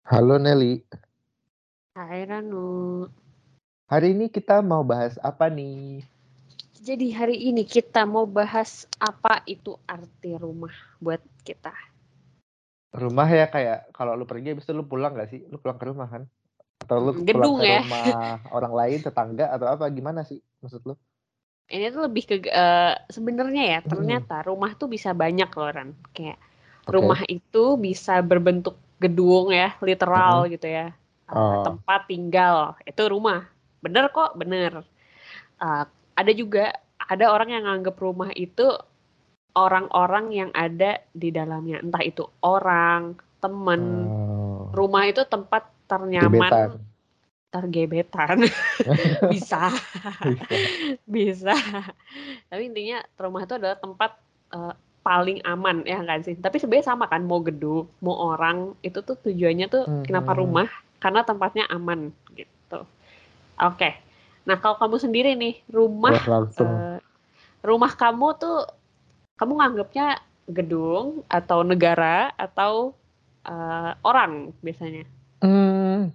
Halo Nelly, Hai Ranu. hari ini kita mau bahas apa nih? Jadi hari ini kita mau bahas apa itu arti rumah buat kita. Rumah ya kayak kalau lu pergi habis itu lu pulang gak sih? Lu pulang ke rumah kan? Atau lu pulang Gedung ke ya. rumah orang lain, tetangga atau apa? Gimana sih maksud lu? Ini tuh lebih ke sebenarnya ya, ternyata rumah tuh bisa banyak loh Ran. Kayak rumah Oke. itu bisa berbentuk gedung ya, literal Mm-mm. gitu ya. Oh. Tempat tinggal itu rumah. Bener kok, bener. Eh, ada juga ada orang yang nganggep rumah itu orang-orang yang ada di dalamnya, entah itu orang, temen. Oh. Rumah itu tempat ternyaman, Gebetan. tergebetan, bisa, Bisa. bisa. Tapi intinya rumah itu adalah tempat eh, paling aman ya kan sih. Tapi sebenarnya sama kan, mau gedung, mau orang, itu tuh tujuannya tuh kenapa Mhm. rumah? Karena tempatnya aman gitu. Oke. Nah kalau kamu sendiri nih, Wah langsung. eh, rumah kamu tuh kamu nganggapnya gedung atau negara atau orang biasanya? Hmm,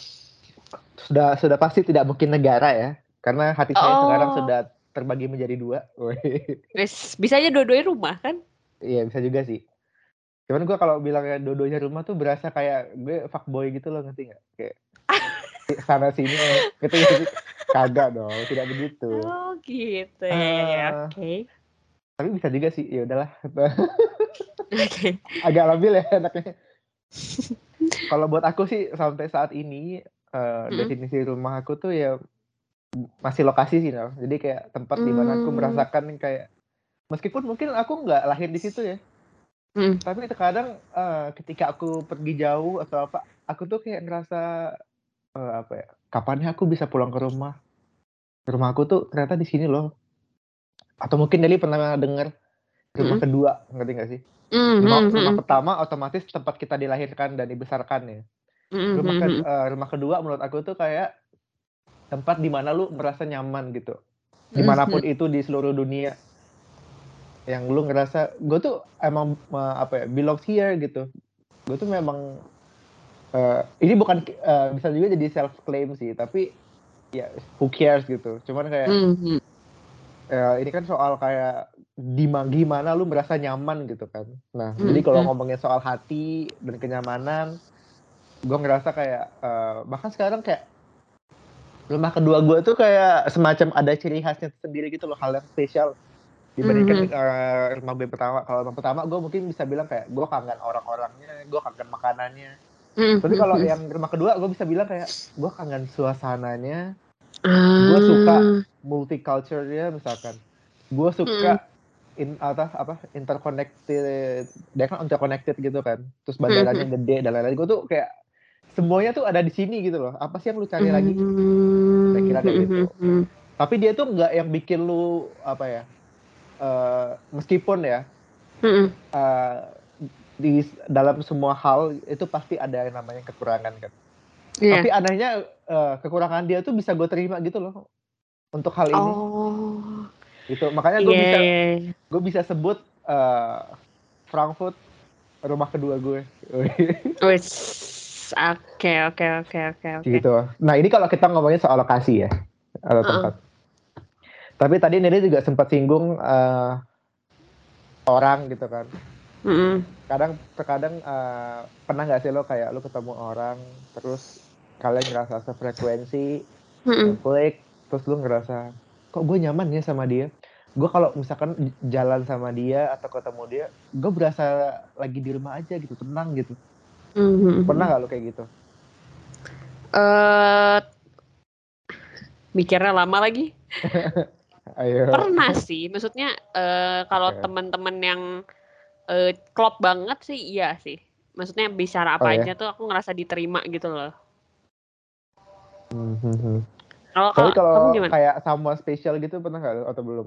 sudah pasti tidak mungkin negara ya, karena hati saya sekarang Oh, sudah terbagi menjadi dua. Wih. bisa aja dua-duanya rumah kan? Iya bisa juga sih. Cuman gue kalau bilangnya dua-duanya rumah tuh berasa kayak gue fuckboy gitu loh, ngerti nggak? Kayak sana sini, ngerti nggak sih? Kagak dong, tidak begitu. Oh gitu ya, Eh, oke. tapi bisa juga sih, ya udahlah. Oke. Agak labil ya anaknya. Kalau buat aku sih sampai saat ini Mm-mm. definisi rumah aku tuh ya masih lokasi sih, Nal. Jadi kayak tempat di mana aku Hmm. merasakan kayak meskipun mungkin aku nggak lahir di situ ya, Mm. tapi terkadang ketika aku pergi jauh atau apa, aku tuh kayak ngerasa apa ya? Kapannya aku bisa pulang ke rumah? Rumah aku tuh ternyata di sini loh. Atau mungkin Deli pernah dengar rumah Mm-mm. kedua, ngerti nggak sih? Rumah Mm-mm. pertama otomatis tempat kita dilahirkan dan dibesarkan ya. Mm-mm. Rumah kedua menurut aku tuh kayak tempat di mana lu merasa nyaman gitu. Mm-mm. Dimanapun itu di seluruh dunia yang lu ngerasa gue tuh emang apa ya belongs here gitu. Gue tuh memang ini bukan bisa juga jadi self claim sih, tapi ya who cares gitu. Cuman kayak Mm-mm. ini kan soal kayak gimana lu merasa nyaman gitu kan. Nah, jadi kalau Mm-mm. ngomongin soal hati dan kenyamanan, gue ngerasa kayak bahkan sekarang kayak rumah kedua gue tuh kayak semacam ada ciri khasnya sendiri gitu loh, hal yang spesial dibandingkan Mm-mm. rumah gue pertama. Kalau rumah pertama gue mungkin bisa bilang kayak gue kangen orang-orangnya, gue kangen makanannya. Tapi kalau Mm-mm. yang rumah kedua gue bisa bilang kayak gue kangen suasananya, gue suka Ah. multicultural-nya misalkan. Gue Mm-mm. suka interconnected, dia kan interconnected gitu kan, terus bandaranya Mm-mm. gede dan lain-lain, gue tuh kayak semuanya tuh ada di sini gitu loh, apa sih yang lu cari lagi, kira-kira kayak gitu. Mm-mm. Tapi dia tuh nggak yang bikin lu apa ya, meskipun ya Mm-mm. eh, di dalam semua hal itu pasti ada yang namanya kekurangan kan, Iya. tapi anehnya kekurangan dia tuh bisa gue terima gitu loh untuk hal ini Oh. gitu. Makanya Iya, iya, iya. gue bisa sebut eh, Frankfurt rumah kedua gue. Wis. Oke, oke, oke, oke, oke. Gitu. Nah ini kalau kita ngomongin soal lokasi ya, atau Heeh. tempat. Tapi tadi Neri juga sempat singgung orang gitu kan. Mm-mm. Terkadang pernah nggak sih lo kayak lo ketemu orang, terus kalian ngerasa sefrekuensi, Mm-mm. ngeklik, terus lo ngerasa kok gue nyaman ya sama dia. Gue kalau misalkan jalan sama dia atau ketemu dia, gue berasa lagi di rumah aja gitu, tenang gitu. Pernah Mhm. nggak lo kayak gitu? Eh, mikirnya lama lagi. Ayo. Pernah sih, maksudnya kalau Oke. teman-teman yang klop banget sih, iya sih. Maksudnya bicara Oh apa aja ya. tuh aku ngerasa diterima gitu loh. Mhm. Kalau Tapi kalau kalau kamu gimana? kayak someone spesial gitu pernah nggak lo atau belum?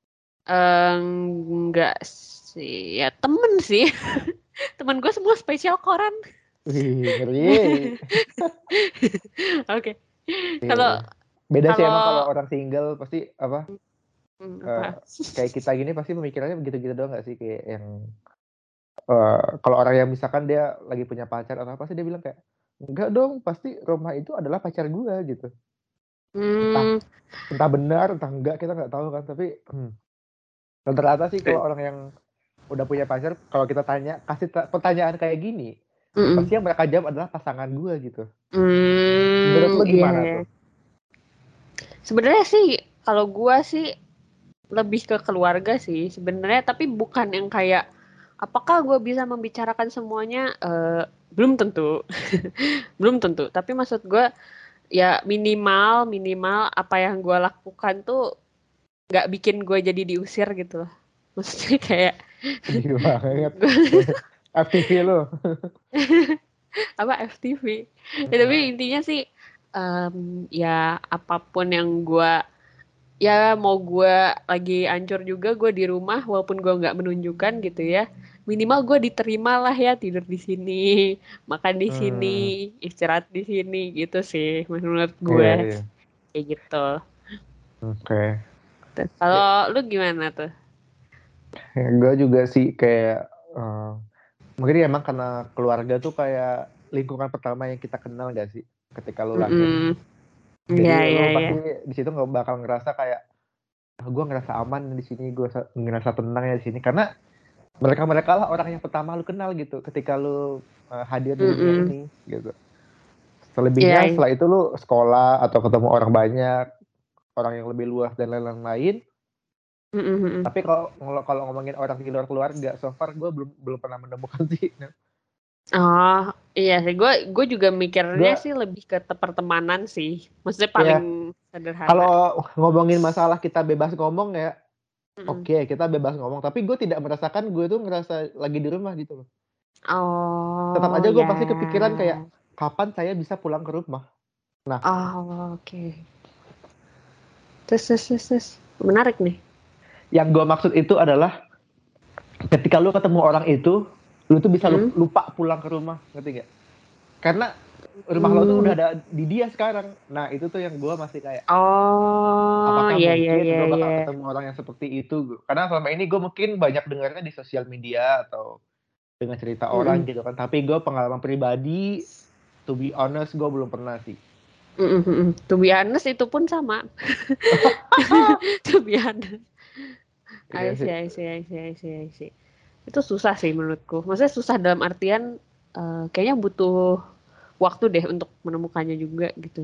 Enggak sih, ya temen sih. Temen gue semua spesial koran. Wih, ngeri. Oke. Iya, Kalau iya. Beda sih emang kalau kalau orang single pasti apa eh, apa? kayak kita gini pasti pemikirannya begitu-gitu doang nggak sih, kayak yang kalau orang yang misalkan dia lagi punya pacar atau apa sih dia bilang kayak enggak dong, pasti rumah itu adalah pacar gue gitu. Entah Hmm, entah benar, entah enggak kita nggak tahu kan, tapi rata-rata sih kalau orang yang udah punya pacar, kalau kita tanya kasih pertanyaan kayak gini, mm-mm. pasti yang mereka jawab adalah pasangan gue gitu. Menurut lo Iya, gimana iya. tuh? Sebenarnya sih kalau gua sih lebih ke keluarga sih sebenarnya, tapi bukan yang kayak apakah gue bisa membicarakan semuanya, belum tentu. Belum tentu, tapi maksud gue ya minimal minimal apa yang gue lakukan tuh nggak bikin gue jadi diusir gitu loh. Maksudnya kayak Sedih banget. gue FTV lo. apa FTV. Ya, tapi Mm-mm. intinya sih ya apapun yang gue, ya mau gue lagi ancur juga gue di rumah walaupun gue nggak menunjukkan gitu ya, minimal gue diterima lah ya, tidur di sini, makan di sini, Hmm, istirahat di sini gitu sih menurut iya gue iya. kayak gitu. Oke. Tuh. Ya, Kalau lu gimana tuh? gue juga sih kayak mungkin emang karena keluarga tuh kayak lingkungan pertama yang kita kenal gak sih ketika lu lahir. Mm-mm. Iya Jadi iya lu iya. pasti di situ nggak bakal ngerasa kayak gue ngerasa aman di sini, gue ngerasa tenang ya di sini karena mereka lah orang yang pertama lu kenal gitu ketika lu hadir di dunia Mm-mm. ini gitu. Iya Selebihnya iya. setelah itu lu sekolah atau ketemu orang banyak, orang yang lebih luas dan lain-lain. Mm-mm, mm-mm. Tapi kalau ngomongin orang di luar keluarga, so far gue belum belum pernah menemukan sih. Oh iya sih, gue juga mikirnya Gue sih lebih ke pertemanan sih, maksudnya paling ya sederhana. kalau ngomongin masalah kita bebas ngomong ya, Mm-mm. oke kita bebas ngomong. Tapi gue tidak merasakan gue tuh ngerasa lagi di rumah gitu loh. Tetap Oh aja gue ya. pasti kepikiran kayak kapan saya bisa pulang ke rumah. Nah, Oh oke. Terus. Menarik nih. yang gue maksud itu adalah ketika lu ketemu orang itu, lu tuh bisa Mm. lupa pulang ke rumah, ngerti gak? Karena rumah lo tuh udah Hmm. ada di dia sekarang. Nah, itu tuh yang gue masih kayak, Oh apakah iya iya mungkin iya gue iya. bakal ketemu orang yang seperti itu? Karena selama ini gue mungkin banyak dengarnya di sosial media atau dengan cerita orang Mm-mm. gitu kan. Tapi gue pengalaman pribadi, to be honest, gue belum pernah sih. Mm-mm, mm-mm. To be honest itu pun sama. To be honest. Iya I see, sih. I see, I see, I see, I see. Itu susah sih menurutku. Maksudnya susah dalam artian kayaknya butuh waktu deh untuk menemukannya juga gitu.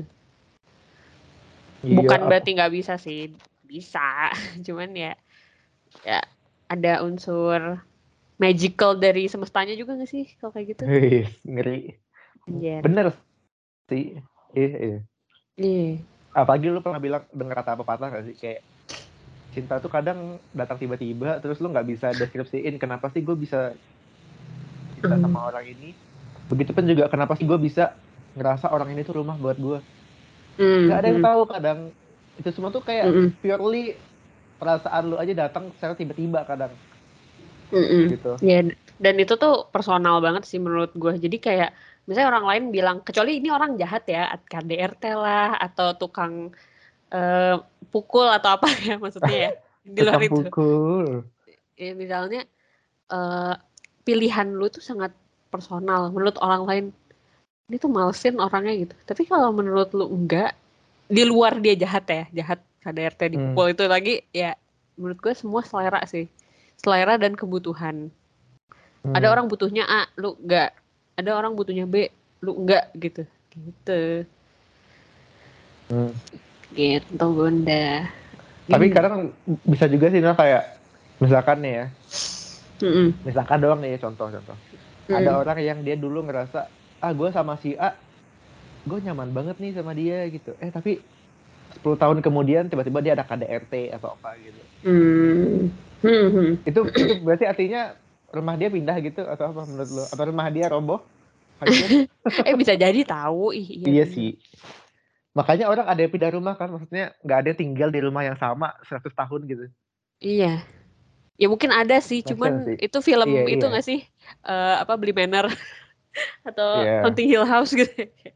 Iya, Bukan berarti nggak bisa sih, bisa. Cuman ya ada unsur magical dari semestanya juga nggak sih kalau kayak gitu? ngeri. Anjir. Bener sih. Iya, iya. Iya. Apalagi lu pernah bilang denger kata pepatah gak sih? Kayak cinta tuh kadang datang tiba-tiba, terus lu nggak bisa deskripsiin kenapa sih gue bisa cinta Hmm. sama orang ini. Begitupun juga kenapa sih gue bisa ngerasa orang ini tuh rumah buat gue. Nggak Hmm. ada yang Hmm. tahu kadang. Itu semua tuh kayak Hmm. purely perasaan lu aja datang secara tiba-tiba kadang Mm-mm. gitu. Ya, dan itu tuh personal banget sih menurut gue. Jadi kayak misalnya orang lain bilang, kecuali ini orang jahat ya, KDRT lah, atau tukang eh, pukul atau apa ya maksudnya ya, di luar Tukang itu. pukul. Ya, misalnya eh, pilihan lu tuh sangat personal. Menurut orang lain, ini tuh malesin orangnya gitu. Tapi kalau menurut lu enggak, di luar dia jahat ya, jahat KDRT Hmm. dipukul itu lagi, ya menurut gue semua selera sih. Selera dan kebutuhan. Ada Hmm. orang butuhnya A, lu enggak. Ada orang butuhnya B, lu enggak gitu. Gitu. Hmm. Gitu Bunda. Tapi Hmm. kadang bisa juga sih nah, kayak misalkan nih ya, Mm-mm. misalkan doang nih contoh-contoh. Ada Mm-mm. orang yang dia dulu ngerasa, ah gue sama si A, gue nyaman banget nih sama dia gitu. Tapi 10 tahun kemudian tiba-tiba dia ada KDRT atau apa gitu. Hmm. Hmm. Itu berarti artinya rumah dia pindah gitu atau apa menurut lo? Atau rumah dia roboh, hancur? Bisa jadi tahu. Ih, iya Iya bener. sih. Makanya orang ada yang pindah rumah kan, maksudnya nggak ada yang tinggal di rumah yang sama 100 tahun gitu. Iya. Ya mungkin ada sih, Make cuman sense sih. itu film Iya, itu iya. nggak sih? Apa Beli Manor atau Iya. Haunting Hill House gitu.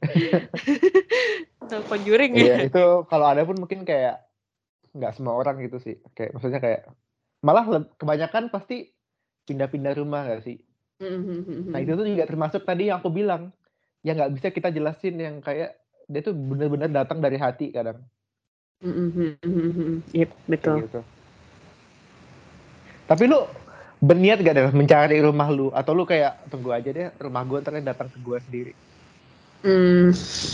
Atau Conjuring ya. Iya, itu kalau ada pun mungkin kayak nggak semua orang gitu sih. Kayak maksudnya kayak malah kebanyakan pasti pindah-pindah rumah nggak sih? Nah itu Mhm. tuh juga termasuk tadi yang aku bilang. yang nggak bisa kita jelasin, yang kayak dia tuh bener-bener datang dari hati kadang. Yep, betul. Kayak gitu. Tapi lu berniat gak deh mencari rumah lu? Atau lu kayak tunggu aja deh rumah gue ntar datang ke gue sendiri? Hmm,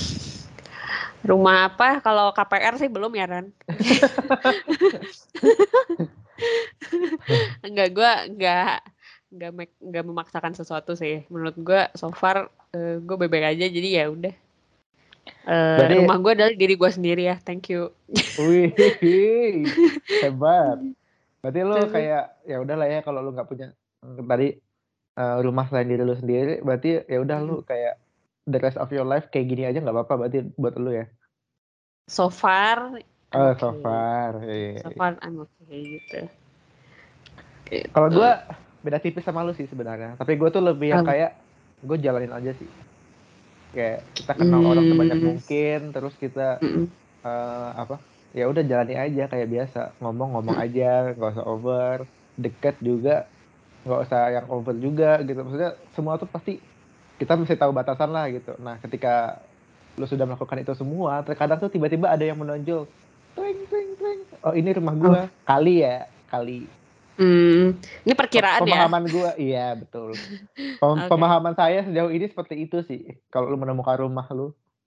rumah apa? Kalau KPR sih belum ya, Ran. Enggak, gue enggak memaksakan sesuatu sih. Menurut gue so far gue bebek aja, jadi ya udah. Berarti, Rumah gue adalah diri gue sendiri ya. Thank you. wih, hebat. Berarti lu kayak ya udahlah ya kalau lu nggak punya tadi rumah selain diri lu sendiri, berarti ya udah lu kayak the rest of your life kayak gini aja nggak apa-apa berarti buat lu ya. So far I'm Oh, so okay. far. Iya. So far I'm okay gitu. Kalau gue beda tipis sama lu sih sebenarnya. Tapi gue tuh lebih yang kayak gue jalanin aja sih. Kayak kita kenal orang sebanyak mungkin, terus kita apa? Ya udah jalani aja kayak biasa. Ngomong aja, nggak usah over. Deket juga, nggak usah yang over juga gitu. Maksudnya semua tuh pasti kita mesti tahu batasan lah gitu. Nah, ketika lu sudah melakukan itu semua, terkadang tuh tiba-tiba ada yang menonjol. Tring, tring, tring. Oh, ini rumah gua. Kali ya, kali. Ini perkiraan ya. Pemahaman gua, iya betul. Pemahaman saya sejauh ini seperti itu sih. Kalau lu menemukan rumah lu.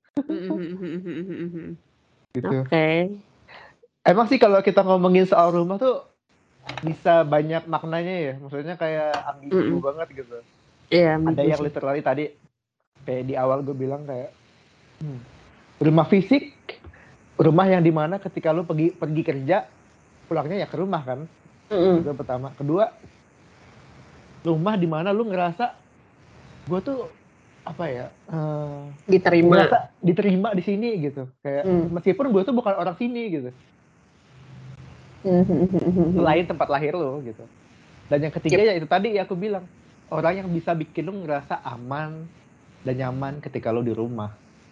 Gitu. Oke. Emang sih kalau kita ngomongin soal rumah tuh bisa banyak maknanya ya. Maksudnya kayak ambigu banget gitu. Iya, Ada yang literally tadi kayak di awal gue bilang kayak rumah fisik, rumah yang dimana ketika lu pergi kerja, pulangnya ya ke rumah kan. Itu pertama. Kedua, rumah dimana lu ngerasa gue tuh apa ya, diterima di sini gitu. Kayak meskipun gue tuh bukan orang sini gitu. Selain tempat lahir lu gitu. Dan yang ketiga ya itu tadi ya aku bilang, orang yang bisa bikin lu ngerasa aman dan nyaman ketika lu di rumah.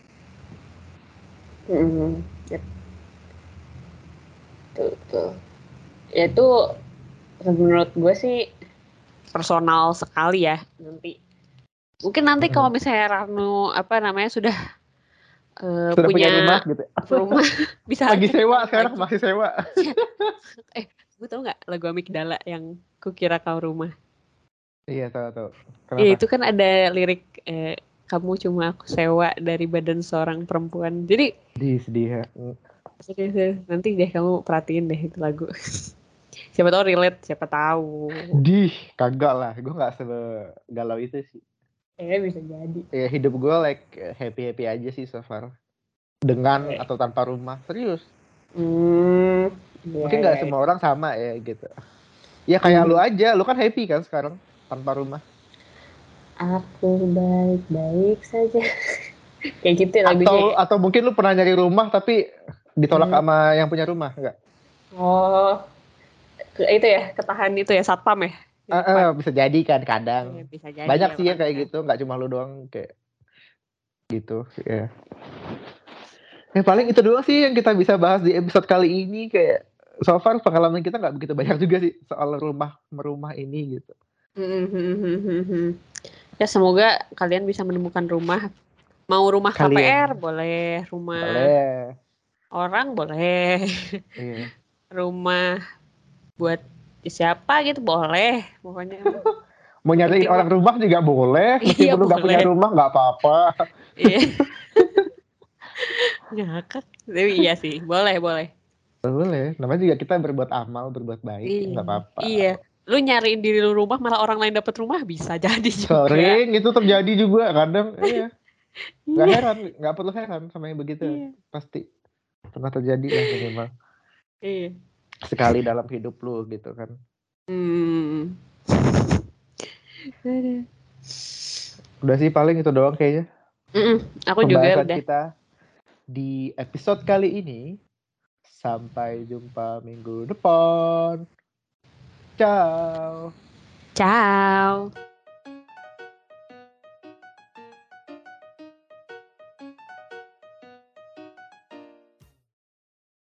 Tuh. Ya itu menurut gue sih personal sekali ya nanti. Mungkin nanti kalau misalnya Ranu sudah punya rumah gitu. Rumah bisa lagi sewa sekarang lagi. masih sewa. Gue tau nggak lagu Amigdala yang Kukira Kau Rumah? Iya tahu. Iya itu kan ada lirik kamu cuma aku sewa dari badan seorang perempuan. Jadi sedih ya. Nanti deh kamu perhatiin deh itu lagu. Siapa tahu relate, siapa tahu. Kagak lah, gue nggak segalau itu sih. Bisa jadi. Ya hidup gue like happy aja sih so far. Dengan atau tanpa rumah, serius. Mungkin nggak semua orang sama ya gitu. Ya kayak lu aja, lu kan happy kan sekarang tanpa rumah. Aku baik-baik saja. Kayak gitu lagunya. Atau mungkin lu pernah nyari rumah tapi ditolak sama yang punya rumah, enggak? Oh, itu ya, ketahan itu ya, satpam ya? Bisa jadi kan kadang. Bisa jadi, banyak ya, sih yang kayak gitu, nggak cuma lu doang kayak gitu ya. Paling itu doang sih yang kita bisa bahas di episode kali ini. Kayak so far pengalaman kita nggak begitu banyak juga sih soal rumah ini gitu. Ya semoga kalian bisa menemukan rumah. Mau rumah KPR boleh, rumah orang boleh, rumah buat siapa gitu boleh, pokoknya. Mau nyariin orang rumah juga boleh, meskipun lu nggak punya rumah nggak apa-apa. Iya. Ngakak. Tapi iya sih, boleh. Boleh, namanya juga kita berbuat amal, berbuat baik, nggak apa-apa. Iya, lu nyariin diri lu rumah malah orang lain dapat rumah bisa jadi juga. Sering itu terjadi juga kadang, iya. Nggak heran, nggak perlu heran sama yang begitu, pasti pernah terjadi lah minimal. Iya. Sekali dalam hidup lu gitu kan. Udah sih paling itu doang kayaknya. Aku pembahasan juga udah. Kita di episode kali ini. Sampai jumpa minggu depan. Ciao. Ciao.